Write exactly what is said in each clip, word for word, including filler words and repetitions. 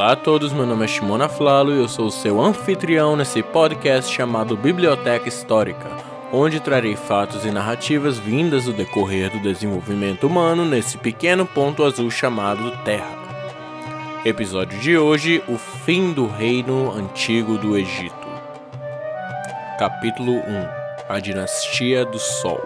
Olá a todos, meu nome é Shimon Aflalo e eu sou o seu anfitrião nesse podcast chamado Biblioteca Histórica, onde trarei fatos e narrativas vindas do decorrer do desenvolvimento humano nesse pequeno ponto azul chamado Terra. Episódio de hoje, o fim do reino antigo do Egito. Capítulo um, a dinastia do Sol.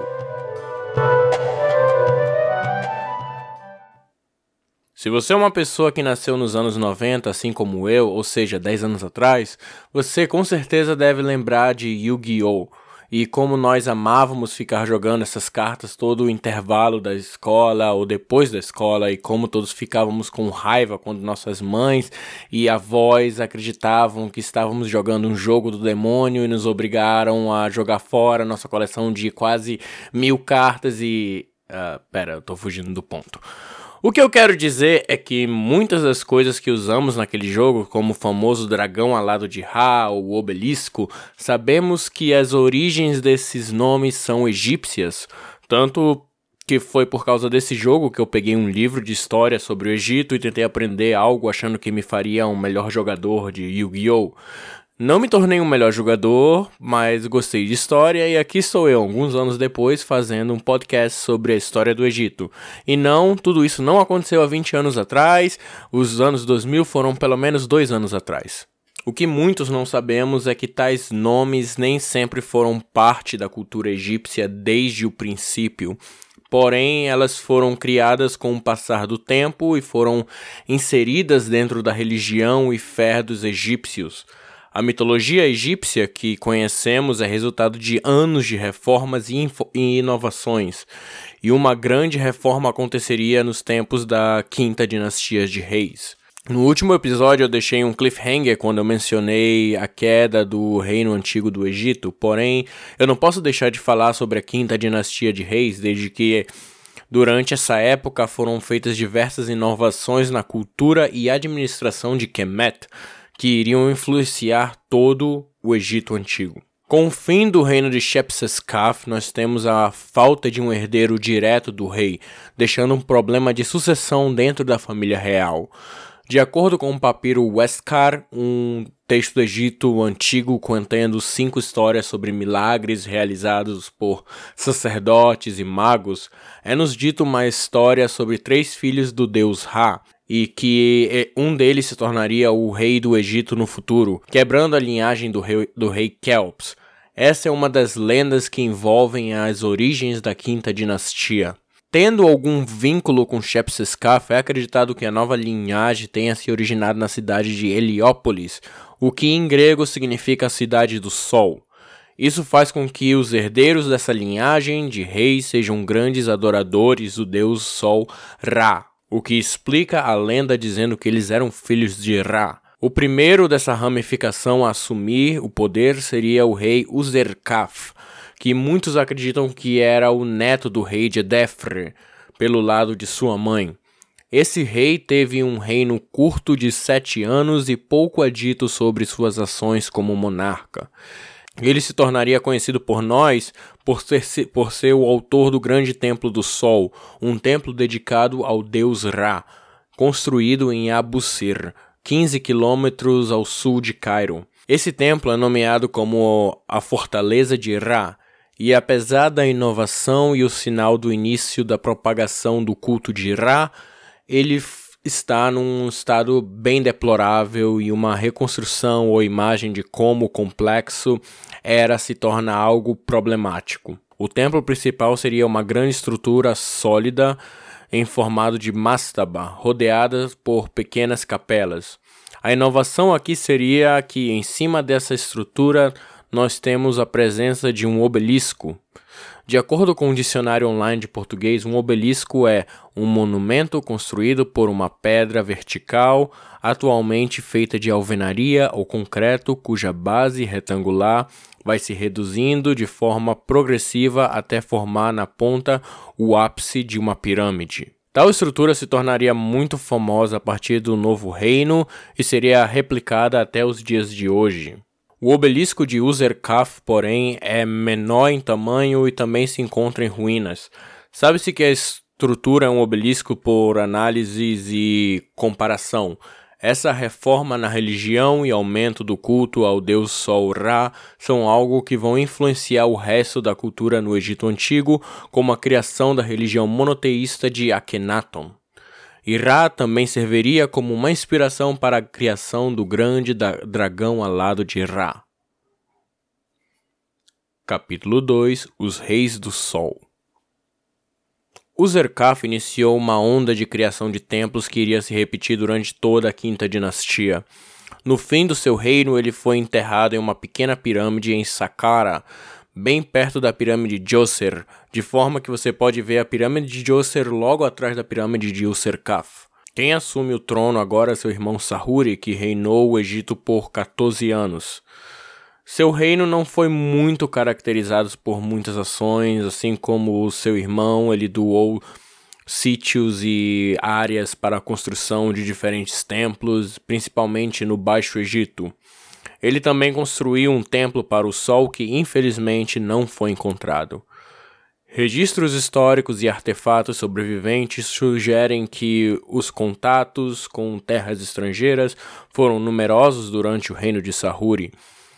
Se você é uma pessoa que nasceu nos anos noventa, assim como eu, ou seja, dez anos atrás, você com certeza deve lembrar de Yu-Gi-Oh! E como nós amávamos ficar jogando essas cartas todo o intervalo da escola ou depois da escola, e como todos ficávamos com raiva quando nossas mães e avós acreditavam que estávamos jogando um jogo do demônio e nos obrigaram a jogar fora nossa coleção de quase mil cartas e... Uh, pera, eu tô fugindo do ponto. O que eu quero dizer é que muitas das coisas que usamos naquele jogo, como o famoso dragão alado de Ra ou o obelisco, sabemos que as origens desses nomes são egípcias, tanto que foi por causa desse jogo que eu peguei um livro de história sobre o Egito e tentei aprender algo achando que me faria um melhor jogador de Yu-Gi-Oh! Não me tornei um melhor jogador, mas gostei de história e aqui estou eu, alguns anos depois, fazendo um podcast sobre a história do Egito. E não, tudo isso não aconteceu há vinte anos atrás, os anos dois mil foram pelo menos dois anos atrás. O que muitos não sabemos é que tais nomes nem sempre foram parte da cultura egípcia desde o princípio. Porém, elas foram criadas com o passar do tempo e foram inseridas dentro da religião e fé dos egípcios. A mitologia egípcia que conhecemos é resultado de anos de reformas e, e inovações, e uma grande reforma aconteceria nos tempos da quinta dinastia de reis. No último episódio eu deixei um cliffhanger quando eu mencionei a queda do reino antigo do Egito, porém eu não posso deixar de falar sobre a quinta dinastia de reis, desde que durante essa época foram feitas diversas inovações na cultura e administração de Kemet, que iriam influenciar todo o Egito antigo. Com o fim do reino de Shepseskaf, nós temos a falta de um herdeiro direto do rei, deixando um problema de sucessão dentro da família real. De acordo com o papiro Westcar, um texto do Egito antigo contendo cinco histórias sobre milagres realizados por sacerdotes e magos, é-nos dito uma história sobre três filhos do deus Ra, e que um deles se tornaria o rei do Egito no futuro, quebrando a linhagem do rei, do rei Kelps. Essa é uma das lendas que envolvem as origens da quinta dinastia. Tendo algum vínculo com Shepseskaf, é acreditado que a nova linhagem tenha se originado na cidade de Heliópolis, o que em grego significa a cidade do sol. Isso faz com que os herdeiros dessa linhagem de reis sejam grandes adoradores do deus Sol Ra, o que explica a lenda dizendo que eles eram filhos de Ra. O primeiro dessa ramificação a assumir o poder seria o rei Userkaf, que muitos acreditam que era o neto do rei de Edefre, pelo lado de sua mãe. Esse rei teve um reino curto de sete anos e pouco é dito sobre suas ações como monarca. Ele se tornaria conhecido por nós por ser, por ser o autor do grande Templo do Sol, um templo dedicado ao deus Ra, construído em Abu Sir, quinze quilômetros ao sul de Cairo. Esse templo é nomeado como a Fortaleza de Ra, e apesar da inovação e o sinal do início da propagação do culto de Ra, ele está num estado bem deplorável e uma reconstrução ou imagem de como o complexo era se torna algo problemático. O templo principal seria uma grande estrutura sólida em formato de mastaba, rodeada por pequenas capelas. A inovação aqui seria que em cima dessa estrutura nós temos a presença de um obelisco. De acordo com o dicionário online de português, um obelisco é um monumento construído por uma pedra vertical, atualmente feita de alvenaria ou concreto, cuja base retangular vai se reduzindo de forma progressiva até formar na ponta o ápice de uma pirâmide. Tal estrutura se tornaria muito famosa a partir do Novo Reino e seria replicada até os dias de hoje. O obelisco de Userkaf, porém, é menor em tamanho e também se encontra em ruínas. Sabe-se que a estrutura é um obelisco por análises e comparação. Essa reforma na religião e aumento do culto ao deus Sol Ra são algo que vão influenciar o resto da cultura no Egito Antigo, como a criação da religião monoteísta de Akhenaton. E Ra também serviria como uma inspiração para a criação do grande dragão alado de Ra. Capítulo dois. Os Reis do Sol. Userkaf iniciou uma onda de criação de templos que iria se repetir durante toda a Quinta Dinastia. No fim do seu reino, ele foi enterrado em uma pequena pirâmide em Saqqara, bem perto da pirâmide de Djoser, de forma que você pode ver a pirâmide de Djoser logo atrás da pirâmide de Userkaf. Quem assume o trono agora é seu irmão Sahuri, que reinou o Egito por quatorze anos. Seu reino não foi muito caracterizado por muitas ações, assim como o seu irmão, ele doou sítios e áreas para a construção de diferentes templos, principalmente no Baixo Egito. Ele também construiu um templo para o Sol que infelizmente não foi encontrado. Registros históricos e artefatos sobreviventes sugerem que os contatos com terras estrangeiras foram numerosos durante o reino de Sahuri.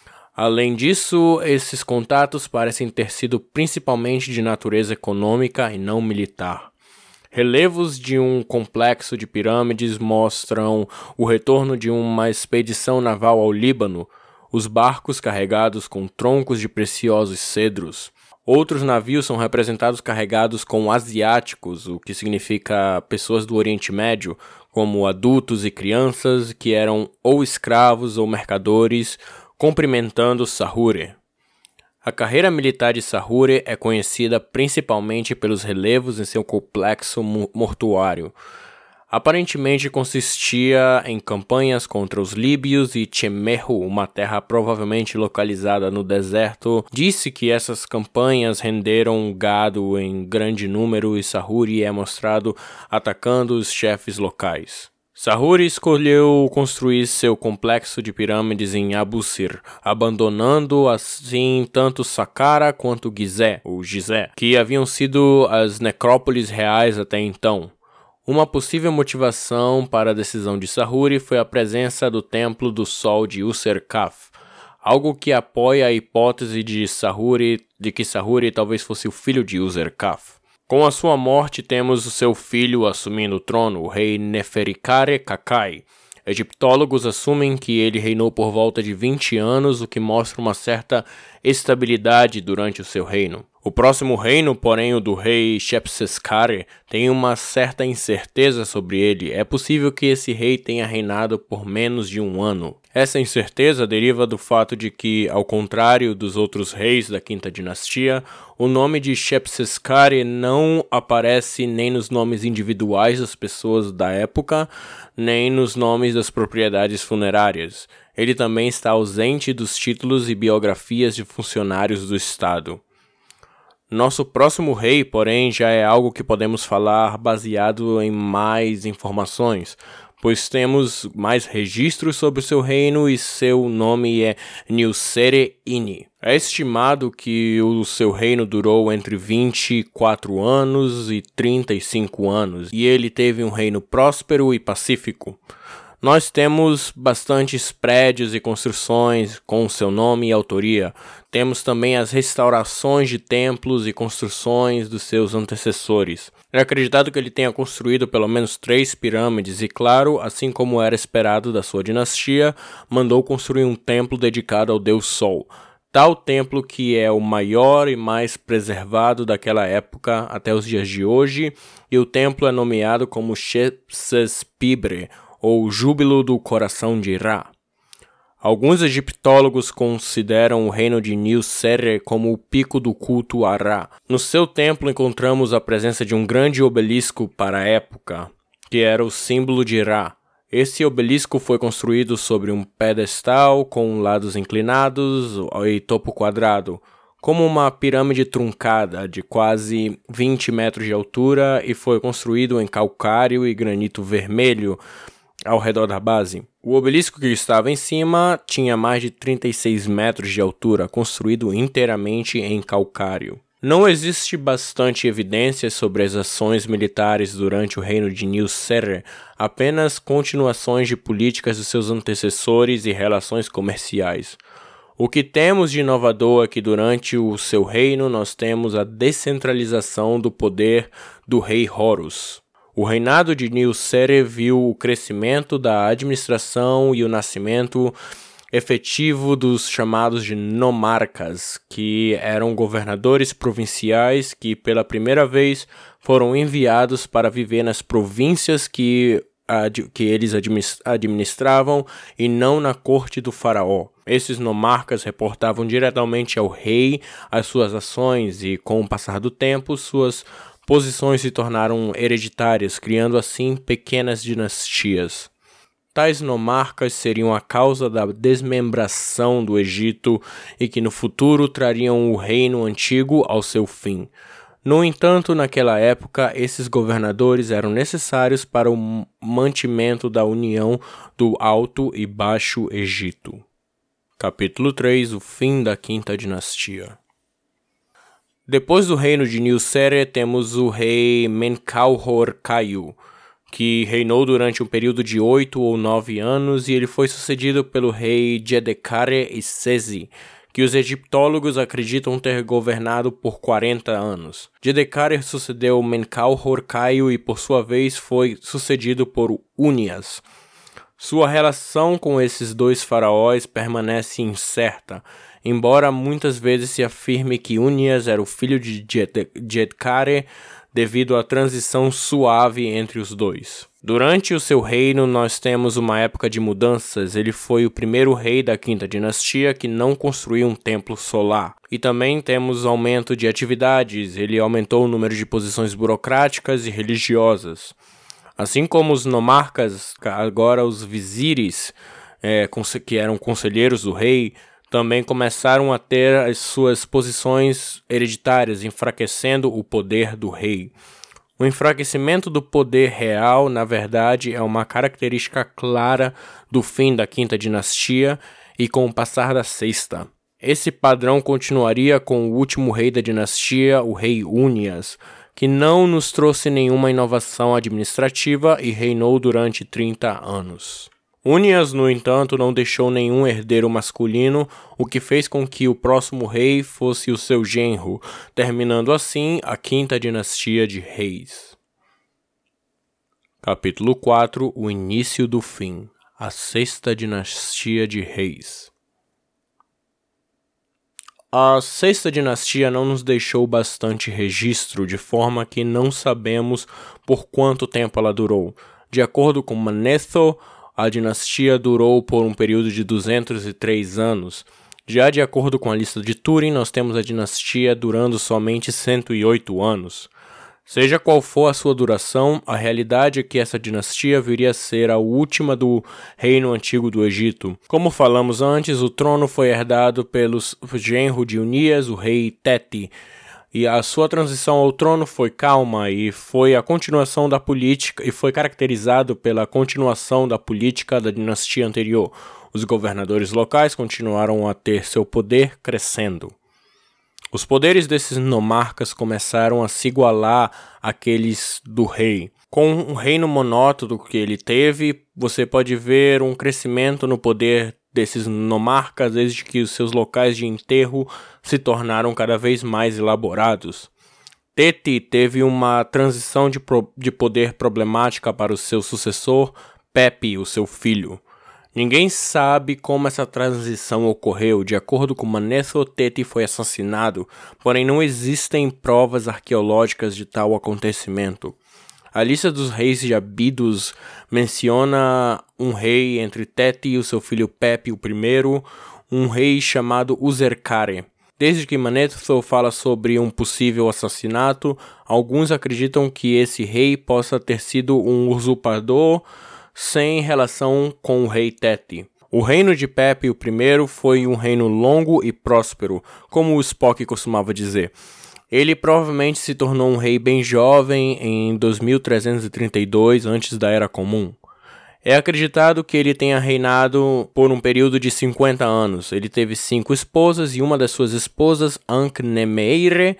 Além disso, esses contatos parecem ter sido principalmente de natureza econômica e não militar. Relevos de um complexo de pirâmides mostram o retorno de uma expedição naval ao Líbano, os barcos carregados com troncos de preciosos cedros. Outros navios são representados carregados com asiáticos, o que significa pessoas do Oriente Médio, como adultos e crianças que eram ou escravos ou mercadores, cumprimentando Sahuri. A carreira militar de Sahuri é conhecida principalmente pelos relevos em seu complexo mortuário. Aparentemente consistia em campanhas contra os líbios e Chemehu, uma terra provavelmente localizada no deserto. Disse que essas campanhas renderam gado em grande número e Sahuri é mostrado atacando os chefes locais. Sahuri escolheu construir seu complexo de pirâmides em Abusir, abandonando assim tanto Saqqara quanto Gizeh, ou Gizeh, que haviam sido as necrópolis reais até então. Uma possível motivação para a decisão de Sahuri foi a presença do Templo do Sol de Userkaf, algo que apoia a hipótese de, Sahuri, de que Sahuri talvez fosse o filho de Userkaf. Com a sua morte, temos o seu filho assumindo o trono, o rei Neferikare Kakai. Egiptólogos assumem que ele reinou por volta de vinte anos, o que mostra uma certa estabilidade durante o seu reino. O próximo reino, porém, o do rei Shepseskare, tem uma certa incerteza sobre ele. É possível que esse rei tenha reinado por menos de um ano. Essa incerteza deriva do fato de que, ao contrário dos outros reis da Quinta Dinastia, o nome de Shepseskare não aparece nem nos nomes individuais das pessoas da época, nem nos nomes das propriedades funerárias. Ele também está ausente dos títulos e biografias de funcionários do Estado. Nosso próximo rei, porém, já é algo que podemos falar baseado em mais informações, pois temos mais registros sobre o seu reino e seu nome é Nilsere-Ini. É estimado que o seu reino durou entre vinte e quatro anos e trinta e cinco anos, e ele teve um reino próspero e pacífico. Nós temos bastantes prédios e construções com seu nome e autoria. Temos também as restaurações de templos e construções dos seus antecessores. É acreditado que ele tenha construído pelo menos três pirâmides e, claro, assim como era esperado da sua dinastia, mandou construir um templo dedicado ao deus Sol. Tal templo que é o maior e mais preservado daquela época até os dias de hoje, e o templo é nomeado como Shepsespibre, ou Júbilo do Coração de Ra. Alguns egiptólogos consideram o reino de Nilsere como o pico do culto a Ra. No seu templo encontramos a presença de um grande obelisco para a época, que era o símbolo de Ra. Esse obelisco foi construído sobre um pedestal com lados inclinados e topo quadrado, como uma pirâmide truncada de quase vinte metros de altura, e foi construído em calcário e granito vermelho ao redor da base. O obelisco que estava em cima tinha mais de trinta e seis metros de altura, construído inteiramente em calcário. Não existe bastante evidência sobre as ações militares durante o reino de Niuserre, apenas continuações de políticas de seus antecessores e relações comerciais. O que temos de inovador é que durante o seu reino nós temos a descentralização do poder do rei Horus. O reinado de Niuserre viu o crescimento da administração e o nascimento efetivo dos chamados de nomarcas, que eram governadores provinciais que pela primeira vez foram enviados para viver nas províncias que, ad, que eles administravam e não na corte do faraó. Esses nomarcas reportavam diretamente ao rei as suas ações e, com o passar do tempo, suas posições se tornaram hereditárias, criando assim pequenas dinastias. Tais nomarcas seriam a causa da desmembração do Egito e que no futuro trariam o reino antigo ao seu fim. No entanto, naquela época, esses governadores eram necessários para o mantimento da união do Alto e Baixo Egito. Capítulo três. O fim da Quinta Dinastia. Depois do reino de Niuserre, temos o rei Menkaure-Kayu, que reinou durante um período de oito ou nove anos, e ele foi sucedido pelo rei Djedekare-Isesi, que os egiptólogos acreditam ter governado por quarenta anos. Djedekare sucedeu Menkaure-Kayu e, por sua vez, foi sucedido por Unias. Sua relação com esses dois faraós permanece incerta, embora muitas vezes se afirme que Unias era o filho de Djedekare, devido à transição suave entre os dois. Durante o seu reino, nós temos uma época de mudanças. Ele foi o primeiro rei da Quinta Dinastia que não construiu um templo solar. E também temos aumento de atividades. Ele aumentou o número de posições burocráticas e religiosas. Assim como os nomarcas, agora os vizires, é, que eram conselheiros do rei, também começaram a ter as suas posições hereditárias, enfraquecendo o poder do rei. O enfraquecimento do poder real, na verdade, é uma característica clara do fim da Quinta Dinastia e com o passar da Sexta. Esse padrão continuaria com o último rei da dinastia, o rei Unias, que não nos trouxe nenhuma inovação administrativa e reinou durante trinta anos. Unias, no entanto, não deixou nenhum herdeiro masculino, o que fez com que o próximo rei fosse o seu genro, terminando assim a Quinta Dinastia de Reis. Capítulo quatro. O início do fim. A Sexta Dinastia de Reis. A Sexta Dinastia não nos deixou bastante registro, de forma que não sabemos por quanto tempo ela durou. De acordo com Manetho, a dinastia durou por um período de duzentos e três anos. Já de acordo com a lista de Turin, nós temos a dinastia durando somente cento e oito anos. Seja qual for a sua duração, a realidade é que essa dinastia viria a ser a última do reino antigo do Egito. Como falamos antes, o trono foi herdado pelo genro de Unias, o rei Teti, e a sua transição ao trono foi calma e foi a continuação da política e foi caracterizado pela continuação da política da dinastia anterior. Os governadores locais continuaram a ter seu poder crescendo. Os poderes desses nomarcas começaram a se igualar àqueles do rei. Com um reino monótono que ele teve, você pode ver um crescimento no poder desses nomarcas desde que os seus locais de enterro se tornaram cada vez mais elaborados. Teti teve uma transição de, pro, de poder problemática para o seu sucessor, Pepi, o seu filho. Ninguém sabe como essa transição ocorreu. De acordo com Manetho, Teti foi assassinado, porém não existem provas arqueológicas de tal acontecimento. A lista dos reis de Abidos menciona um rei entre Teti e o seu filho Pepi o primeiro, um rei chamado Userkare. Desde que Manetho fala sobre um possível assassinato, alguns acreditam que esse rei possa ter sido um usurpador sem relação com o rei Teti. O reino de Pepi o primeiro foi um reino longo e próspero, como o Spock costumava dizer. Ele provavelmente se tornou um rei bem jovem em dois mil trezentos e trinta e dois, antes da Era Comum. É acreditado que ele tenha reinado por um período de cinquenta anos. Ele teve cinco esposas e uma das suas esposas, Ankh-Nemeire,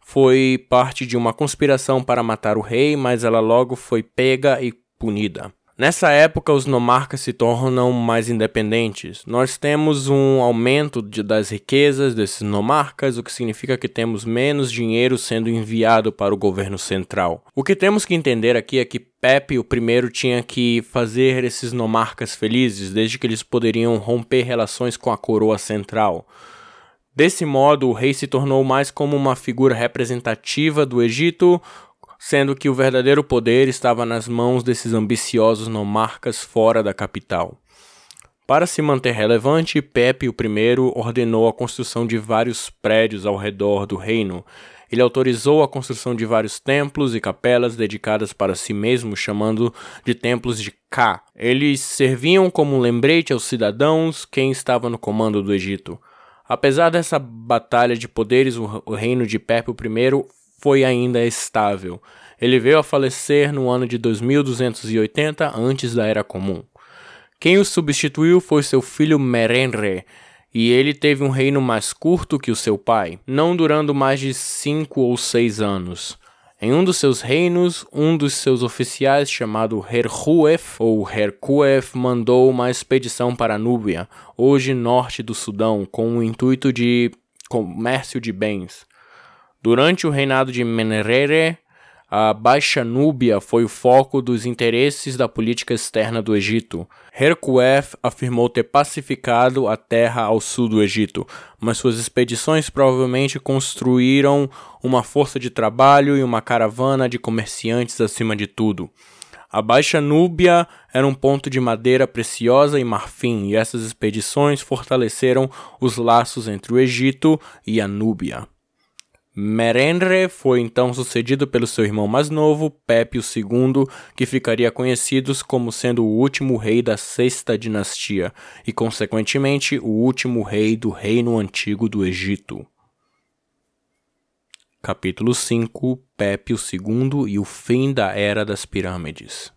foi parte de uma conspiração para matar o rei, mas ela logo foi pega e punida. Nessa época, os nomarcas se tornam mais independentes. Nós temos um aumento de, das riquezas desses nomarcas, o que significa que temos menos dinheiro sendo enviado para o governo central. O que temos que entender aqui é que Pepe o primeiro tinha que fazer esses nomarcas felizes, desde que eles poderiam romper relações com a coroa central. Desse modo, o rei se tornou mais como uma figura representativa do Egito, sendo que o verdadeiro poder estava nas mãos desses ambiciosos nomarcas fora da capital. Para se manter relevante, Pepe o primeiro ordenou a construção de vários prédios ao redor do reino. Ele autorizou a construção de vários templos e capelas dedicadas para si mesmo, chamando de templos de Ka. Eles serviam como um lembrete aos cidadãos quem estava no comando do Egito. Apesar dessa batalha de poderes, o reino de Pepe o primeiro foi ainda estável. Ele veio a falecer no ano de dois mil duzentos e oitenta, antes da Era Comum. Quem o substituiu foi seu filho Merenre, e ele teve um reino mais curto que o seu pai, não durando mais de cinco ou seis anos. Em um dos seus reinos, um dos seus oficiais, chamado Herhuef, ou Herkuef, mandou uma expedição para a Núbia, hoje norte do Sudão, com o intuito de comércio de bens. Durante o reinado de Menerere, a Baixa Núbia foi o foco dos interesses da política externa do Egito. Herkuef afirmou ter pacificado a terra ao sul do Egito, mas suas expedições provavelmente construíram uma força de trabalho e uma caravana de comerciantes acima de tudo. A Baixa Núbia era um ponto de madeira preciosa e marfim, e essas expedições fortaleceram os laços entre o Egito e a Núbia. Merenre foi então sucedido pelo seu irmão mais novo, Pepe o segundo, que ficaria conhecido como sendo o último rei da sexta dinastia e, consequentemente, o último rei do Reino Antigo do Egito. Capítulo cinco. Pepe o segundo e o fim da Era das Pirâmides.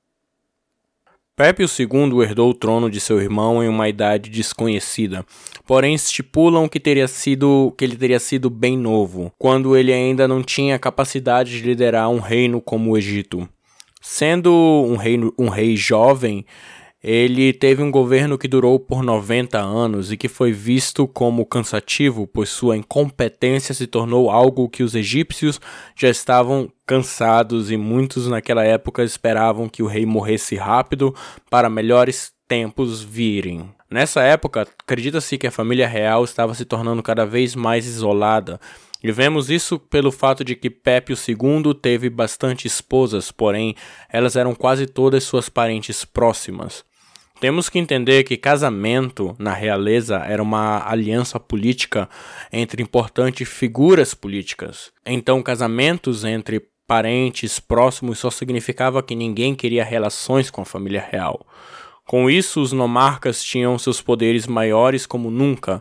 Pepe o segundo herdou o trono de seu irmão em uma idade desconhecida, porém estipulam que, teria sido, que ele teria sido bem novo, quando ele ainda não tinha capacidade de liderar um reino como o Egito. Sendo um, reino, um rei jovem, ele teve um governo que durou por noventa anos e que foi visto como cansativo, pois sua incompetência se tornou algo que os egípcios já estavam cansados e muitos naquela época esperavam que o rei morresse rápido para melhores tempos virem. Nessa época, acredita-se que a família real estava se tornando cada vez mais isolada, e vemos isso pelo fato de que Pepe o segundo teve bastante esposas, porém elas eram quase todas suas parentes próximas. Temos que entender que casamento na realeza era uma aliança política entre importantes figuras políticas. Então, casamentos entre parentes próximos só significava que ninguém queria relações com a família real. Com isso, os nomarcas tinham seus poderes maiores como nunca.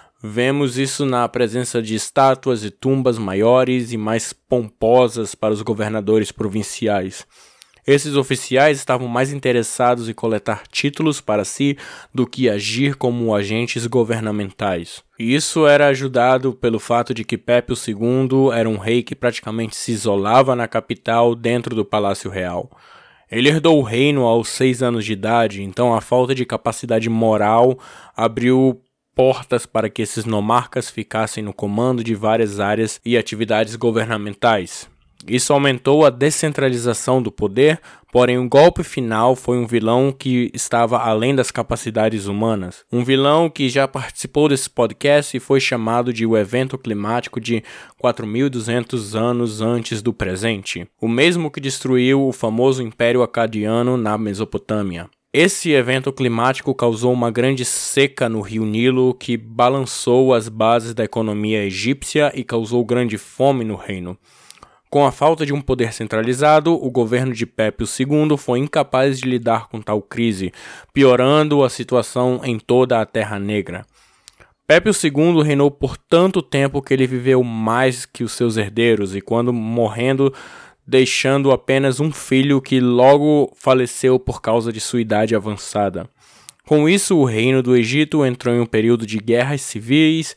Vemos isso na presença de estátuas e tumbas maiores e mais pomposas para os governadores provinciais. Esses oficiais estavam mais interessados em coletar títulos para si do que agir como agentes governamentais. E isso era ajudado pelo fato de que Pepe o segundo era um rei que praticamente se isolava na capital dentro do Palácio Real. Ele herdou o reino aos seis anos de idade, então a falta de capacidade moral abriu portas para que esses nomarcas ficassem no comando de várias áreas e atividades governamentais. Isso aumentou a descentralização do poder, porém o golpe final foi um vilão que estava além das capacidades humanas. Um vilão que já participou desse podcast e foi chamado de o evento climático de quatro mil e duzentos anos antes do presente, o mesmo que destruiu o famoso Império Acadiano na Mesopotâmia. Esse evento climático causou uma grande seca no rio Nilo que balançou as bases da economia egípcia e causou grande fome no reino. Com a falta de um poder centralizado, o governo de Pepe o segundo foi incapaz de lidar com tal crise, piorando a situação em toda a Terra Negra. Pepe o segundo reinou por tanto tempo que ele viveu mais que os seus herdeiros e, quando morrendo, deixando apenas um filho que logo faleceu por causa de sua idade avançada. Com isso, o reino do Egito entrou em um período de guerras civis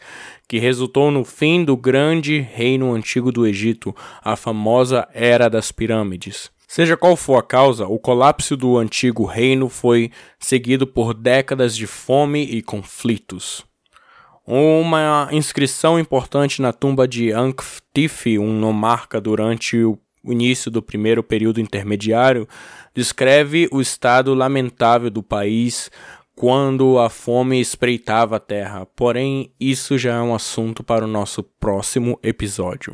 que resultou no fim do grande reino antigo do Egito, a famosa Era das Pirâmides. Seja qual for a causa, o colapso do antigo reino foi seguido por décadas de fome e conflitos. Uma inscrição importante na tumba de Ankh-Tifi, um nomarca durante o início do primeiro período intermediário, descreve o estado lamentável do país quando a fome espreitava a terra. Porém, isso já é um assunto para o nosso próximo episódio.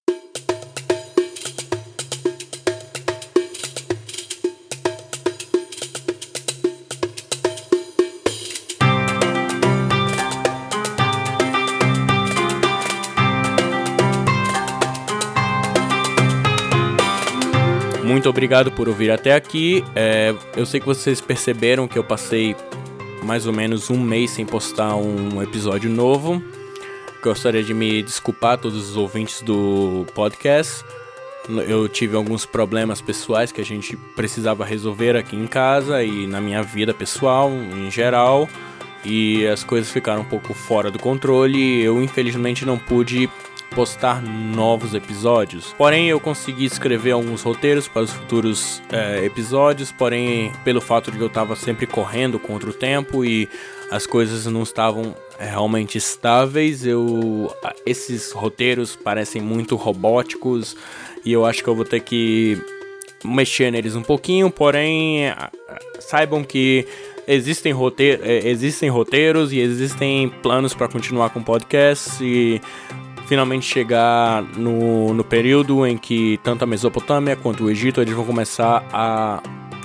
Muito obrigado por ouvir até aqui. É, eu sei que vocês perceberam que eu passei mais ou menos um mês sem postar um episódio novo. Gostaria de me desculpar a todos os ouvintes do podcast. Eu tive alguns problemas pessoais que a gente precisava resolver aqui em casa e na minha vida pessoal em geral. E as coisas ficaram um pouco fora do controle. Eu infelizmente não pude postar novos episódios. Porém, eu consegui escrever alguns roteiros para os futuros é, episódios, porém, pelo fato de que eu estava sempre correndo contra o tempo e as coisas não estavam é, realmente estáveis, eu, esses roteiros parecem muito robóticos e eu acho que eu vou ter que mexer neles um pouquinho, porém, saibam que existem, roteir, existem roteiros e existem planos para continuar com o podcast e finalmente chegar no, no período em que tanto a Mesopotâmia quanto o Egito eles vão começar a,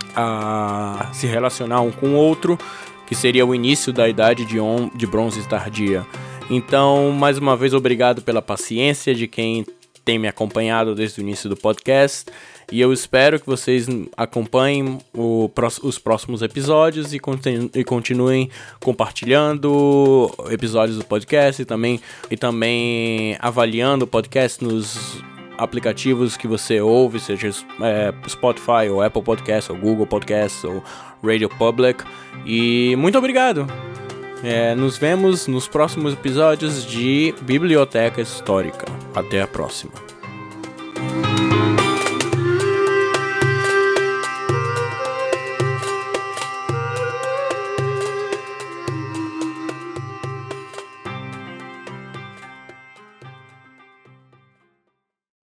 a se relacionar um com o outro, que seria o início da Idade de, on, de Bronze Tardia. Então, mais uma vez, obrigado pela paciência de quem tem me acompanhado desde o início do podcast. E eu espero que vocês acompanhem o, os próximos episódios e, continu, e continuem compartilhando episódios do podcast e também, e também avaliando o podcast nos aplicativos que você ouve, seja é, Spotify, ou Apple Podcasts, ou Google Podcasts, ou Radio Public. E muito obrigado! É, nos vemos nos próximos episódios de Biblioteca Histórica. Até a próxima!